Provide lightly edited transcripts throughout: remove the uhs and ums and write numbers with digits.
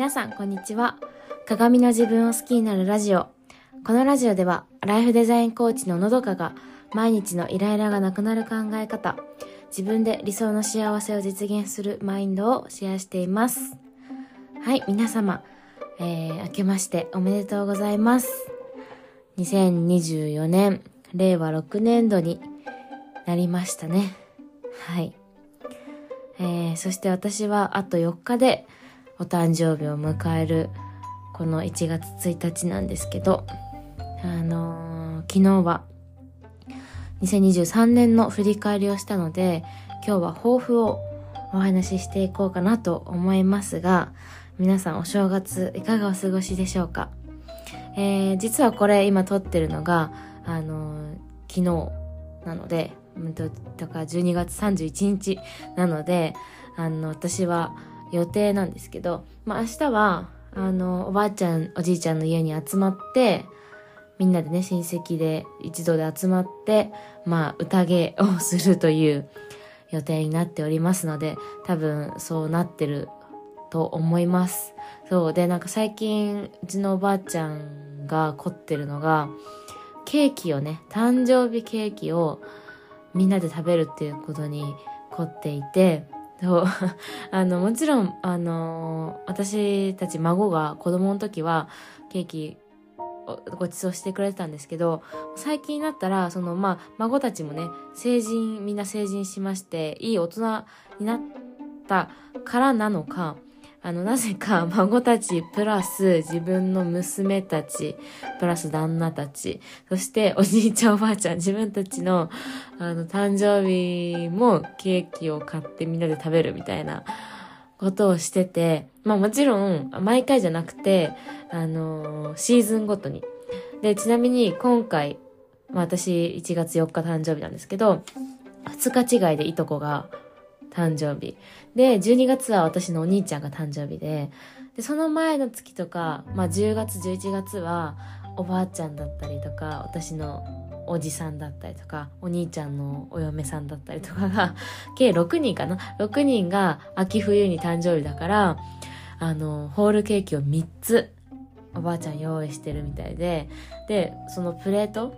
皆さんこんにちは。鏡の自分を好きになるラジオ。このラジオではライフデザインコーチののどかが毎日のイライラがなくなる考え方、自分で理想の幸せを実現するマインドをシェアしています。はい、皆様、明けましておめでとうございます。2024年令和6年度になりましたね。はい。そして私はあと4日でお誕生日を迎えるこの1月1日なんですけど、昨日は2023年の振り返りをしたので、今日は抱負をお話ししていこうかなと思いますが、皆さんお正月いかがお過ごしでしょうか。実はこれ今撮ってるのが昨日なので、だから12月31日なので、私は予定なんですけど、明日はおばあちゃんおじいちゃんの家に集まって、みんなでね親戚で一度で集まって宴をするという予定になっておりますので、多分そうなってると思います。そうで、最近うちのおばあちゃんが凝ってるのが、ケーキをね、誕生日ケーキをみんなで食べるっていうことに凝っていて、そうもちろん私たち孫が子供の時はケーキをご馳走してくれてたんですけど、最近になったら孫たちもねみんな成人しまして、いい大人になったからなのか、なぜか孫たちプラス自分の娘たちプラス旦那たち、そしておじいちゃんおばあちゃん、自分たちの誕生日もケーキを買ってみんなで食べるみたいなことをしてて、もちろん毎回じゃなくてシーズンごとにで、ちなみに今回、私1月4日誕生日なんですけど、2日違いでいとこが誕生日で、12月は私のお兄ちゃんが誕生日で、その前の月とか、10月11月はおばあちゃんだったりとか、私のおじさんだったりとか、お兄ちゃんのお嫁さんだったりとかが計6人かな、6人が秋冬に誕生日だから、ホールケーキを3つおばあちゃん用意してるみたいで、そのプレート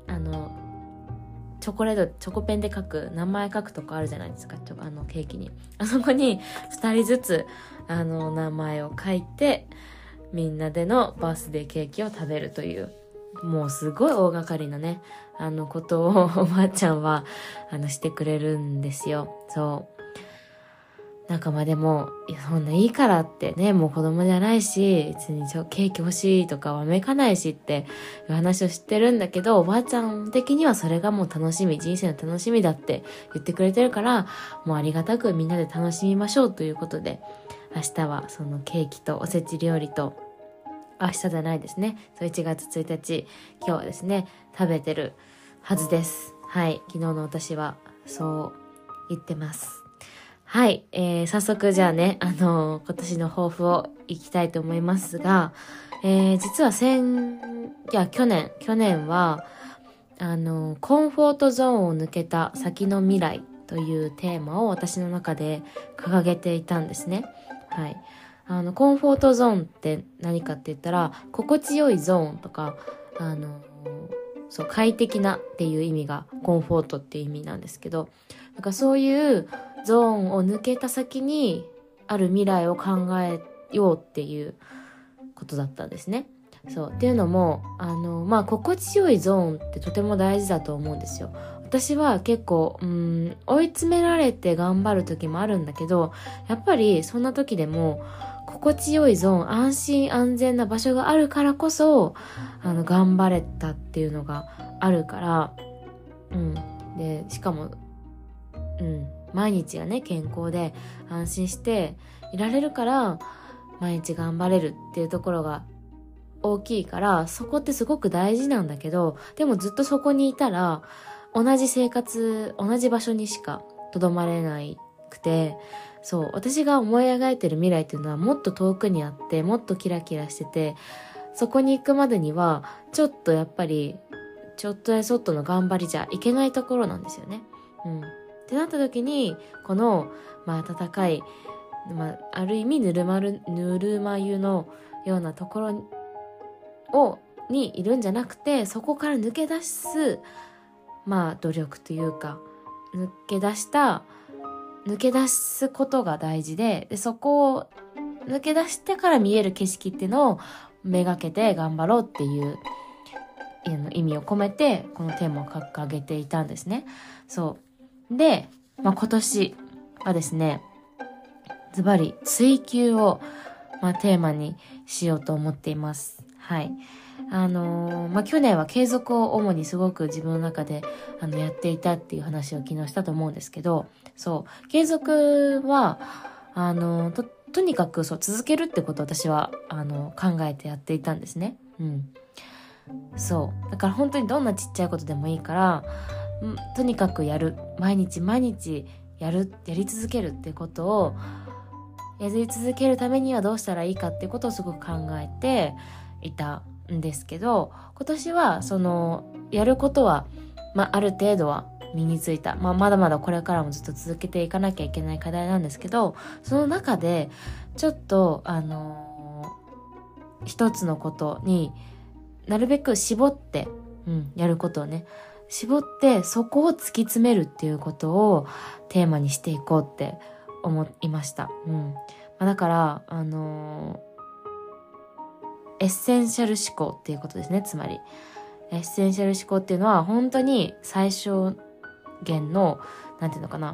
チョコペンで名前書くとこあるじゃないですか、ケーキに。あそこに2人ずつ名前を書いて、みんなでのバースデーケーキを食べるという、もうすごい大掛かりなねことをおばあちゃんはしてくれるんですよ。そうでも、そんないいからってね、もう子供じゃないし、別にケーキ欲しいとかわめかないしっていう話を知ってるんだけど、おばあちゃん的にはそれがもう楽しみ、人生の楽しみだって言ってくれてるから、もうありがたくみんなで楽しみましょうということで、明日はそのケーキとおせち料理と、明日じゃないですね、1月1日今日はですね食べてるはずです。はい、昨日の私はそう言ってます。はい、早速じゃあね、今年の抱負をいきたいと思いますが、実は去年はコンフォートゾーンを抜けた先の未来というテーマを私の中で掲げていたんですね。はい。コンフォートゾーンって何かって言ったら、心地よいゾーンとか、快適なっていう意味がコンフォートっていう意味なんですけど、そういうゾーンを抜けた先にある未来を考えようっていうことだったんですね。そうっていうのも心地よいゾーンってとても大事だと思うんですよ。私は結構追い詰められて頑張る時もあるんだけど、やっぱりそんな時でも心地よいゾーン、安心安全な場所があるからこそ頑張れたっていうのがあるから、でしかも毎日がね健康で安心していられるから、毎日頑張れるっていうところが大きいから、そこってすごく大事なんだけど、でもずっとそこにいたら同じ生活、同じ場所にしかとどまれなくて、私が思い描いてる未来っていうのはもっと遠くにあって、もっとキラキラしてて、そこに行くまでにはちょっとやっぱりちょっとやそっとの頑張りじゃいけないところなんですよね。ってなった時に、この暖かいある意味ぬるま湯のようなところにいるんじゃなくて、そこから抜け出す努力というか、抜け出すことが大事で、そこを抜け出してから見える景色っていうのをめがけて頑張ろうっていう意味を込めてこのテーマを掲げていたんですね。そうで、今年はですね、ズバリ追求を、テーマにしようと思っています。はい。去年は継続を主にすごく自分の中でやっていたっていう話を昨日したと思うんですけど、そう継続はとにかく続けるってことを私は考えてやっていたんですね。そうだから本当にどんなちっちゃいことでもいいから、とにかくやる、毎日やり続けるってことをやり続けるためにはどうしたらいいかってことをすごく考えていたんですけど、今年はやることは、ある程度は身についた、まだまだこれからもずっと続けていかなきゃいけない課題なんですけど、その中でちょっと一つのことになるべく絞って、やることをね絞ってそこを突き詰めるっていうことをテーマにしていこうって思いました。だからエッセンシャル思考っていうことですね。つまりエッセンシャル思考っていうのは本当に最小限のなんていうのかな、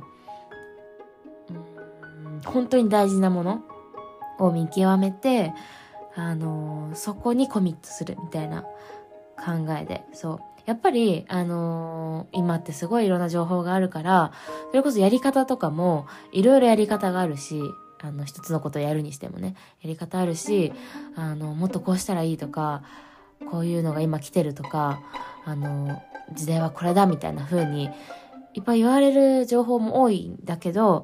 本当に大事なものを見極めてそこにコミットするみたいな考えで、やっぱり今ってすごいいろんな情報があるから、それこそやり方とかもいろいろやり方があるし、一つのことをやるにしてもねやり方あるし、もっとこうしたらいいとか、こういうのが今来てるとか、時代はこれだみたいな風にいっぱい言われる情報も多いんだけど、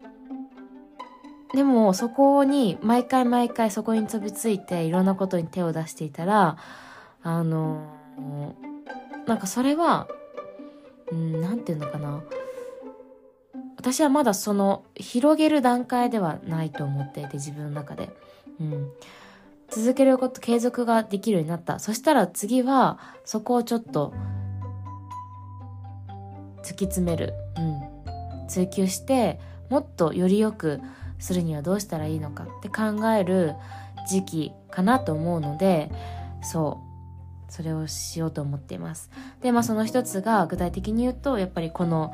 でもそこに毎回そこに飛びついていろんなことに手を出していたら、なんかそれはなんていうのかな、私はまだ広げる段階ではないと思っていて、自分の中で、続けること、継続ができるようになった。そしたら次はそこをちょっと突き詰める、追求してもっとより良くするにはどうしたらいいのかって考える時期かなと思うので、それをしようと思っています。で、その一つが具体的に言うと、やっぱりこの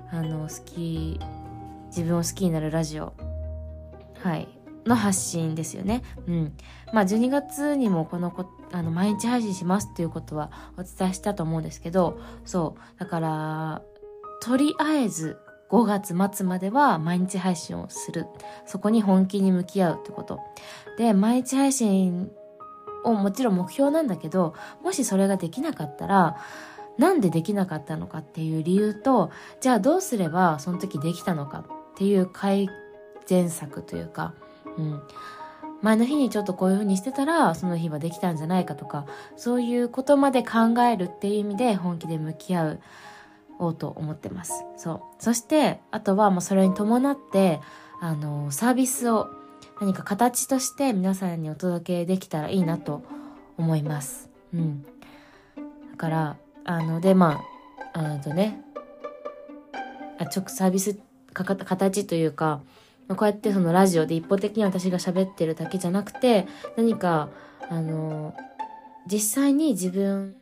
自分を好きになるラジオ、の発信ですよね。12月にも毎日配信しますっていうことはお伝えしたと思うんですけど、だからとりあえず5月末までは毎日配信をする、そこに本気に向き合うってことで、毎日配信をもちろん目標なんだけど、もしそれができなかったらなんでできなかったのかっていう理由と、じゃあどうすればその時できたのかっていう改善策というか、前の日にちょっとこういう風にしてたらその日はできたんじゃないかとか、そういうことまで考えるっていう意味で本気で向き合おうと思ってます。そしてあとはもうそれに伴ってサービスを何か形として皆さんにお届けできたらいいなと思います。だからでサービス形というか、こうやってラジオで一方的に私が喋ってるだけじゃなくて、何か実際に自分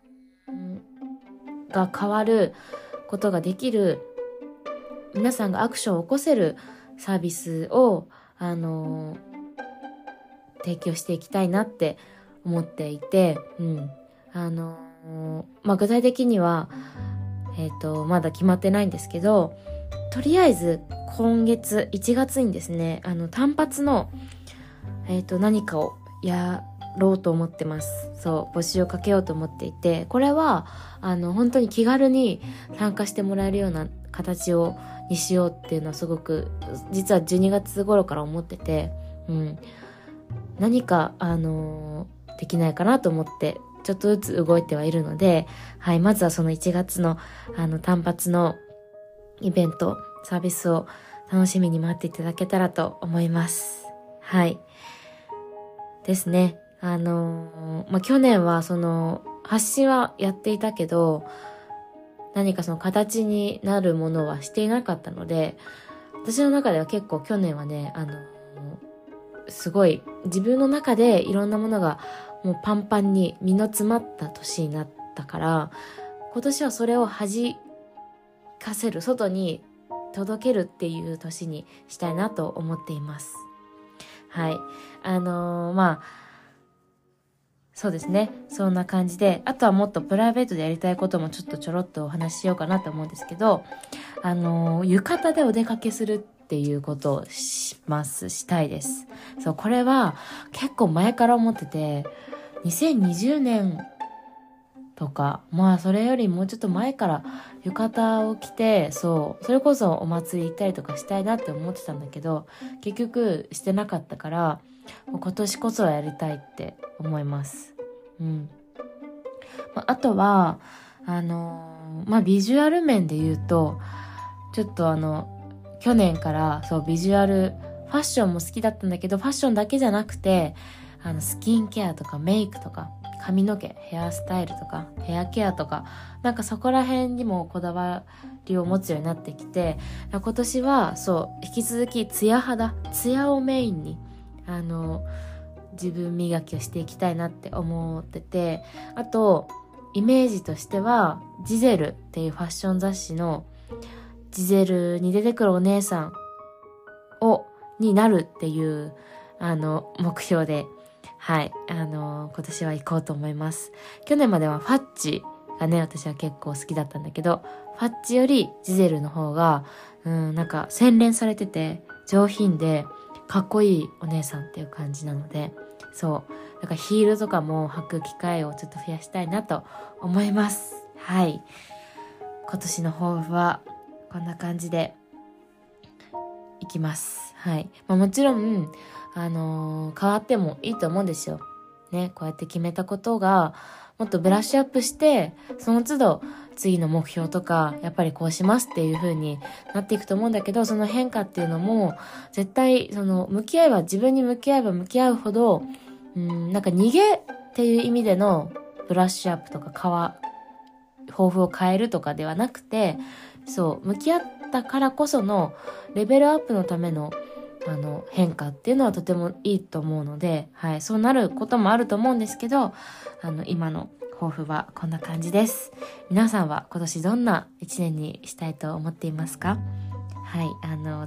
が変わることができる、皆さんがアクションを起こせるサービスを提供していきたいなって思っていて、具体的にはまだ決まってないんですけど、とりあえず今月1月にですね、単発の何かをやろうと思ってます。募集をかけようと思っていて、これは本当に気軽に参加してもらえるような形にしようっていうのはすごく実は12月頃から思ってて、何かできないかなと思ってちょっとずつ動いてはいるので、まずはその1月の単発のイベント、サービスを楽しみに待っていただけたらと思います。はい。ですね。去年は発信はやっていたけど、何か形になるものはしていなかったので、私の中では結構去年はね、すごい自分の中でいろんなものがもうパンパンに身の詰まった年になったから、今年はそれを弾かせる、外に届けるっていう年にしたいなと思っています。はい。そうですね。そんな感じで、あとはもっとプライベートでやりたいこともちょろっとお話ししようかなと思うんですけど、浴衣でお出かけするっていうことをしたいです。そう、これは結構前から思ってて、2020年とか、それよりもうちょっと前から浴衣を着て、それこそお祭り行ったりとかしたいなって思ってたんだけど、結局してなかったから、今年こそはやりたいって思います。あとは、ビジュアル面で言うと、ちょっと去年からビジュアル、ファッションも好きだったんだけど、ファッションだけじゃなくて、スキンケアとかメイクとか、髪の毛、ヘアスタイルとか、ヘアケアとか、なんかそこら辺にもこだわりを持つようになってきて、今年は引き続きツヤをメインに、自分磨きをしていきたいなって思ってて、あと、イメージとしては、ジゼルっていうファッション雑誌の、ジゼルに出てくるお姉さんになるっていう、目標で、はい、今年は行こうと思います。去年まではファッチがね、私は結構好きだったんだけど、ファッチよりジゼルの方が、なんか洗練されてて、上品で、かっこいいお姉さんっていう感じなので、だからヒールとかも履く機会をちょっと増やしたいなと思います。はい。今年の抱負は、こんな感じで、いきます。はい。もちろん、変わってもいいと思うんですよ。ね、こうやって決めたことが、もっとブラッシュアップして、その都度、次の目標とか、やっぱりこうしますっていう風になっていくと思うんだけど、その変化っていうのも、絶対、自分に向き合えば向き合うほど、なんか逃げっていう意味でのブラッシュアップとか抱負を変えるとかではなくて、向き合ったからこそのレベルアップのための変化っていうのはとてもいいと思うので、はい、そうなることもあると思うんですけど、今の抱負はこんな感じです。皆さんは今年どんな一年にしたいと思っていますか？はい、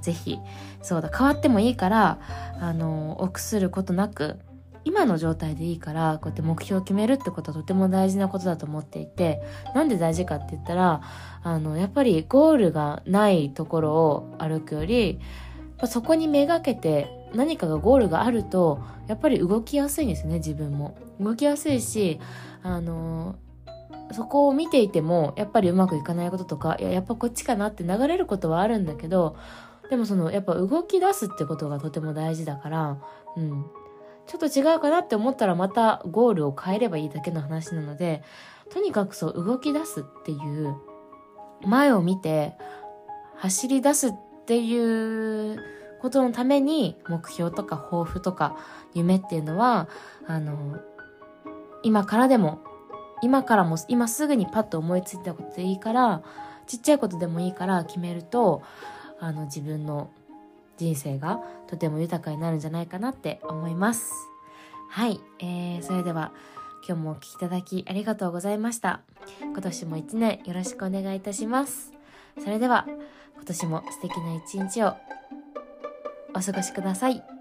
ぜひ、変わってもいいから、臆することなく、今の状態でいいから、こうやって目標を決めるってことはとても大事なことだと思っていて、なんで大事かって言ったら、やっぱりゴールがないところを歩くより、そこにめがけて何かがゴールがあると、やっぱり動きやすいんですね、自分も。動きやすいし、そこを見ていても、やっぱりうまくいかないこととか、やっぱこっちかなって流れることはあるんだけど、でもやっぱ動き出すってことがとても大事だから、ちょっと違うかなって思ったらまたゴールを変えればいいだけの話なので、とにかく動き出すっていう、前を見て走り出すっていうことのために目標とか抱負とか夢っていうのは、今からも今すぐにパッと思いついたことでいいから、ちっちゃいことでもいいから決めると、自分の人生がとても豊かになるんじゃないかなって思います。はい、それでは今日もお聞きいただきありがとうございました。今年も一年よろしくお願いいたします。それでは今年も素敵な一日をお過ごしください。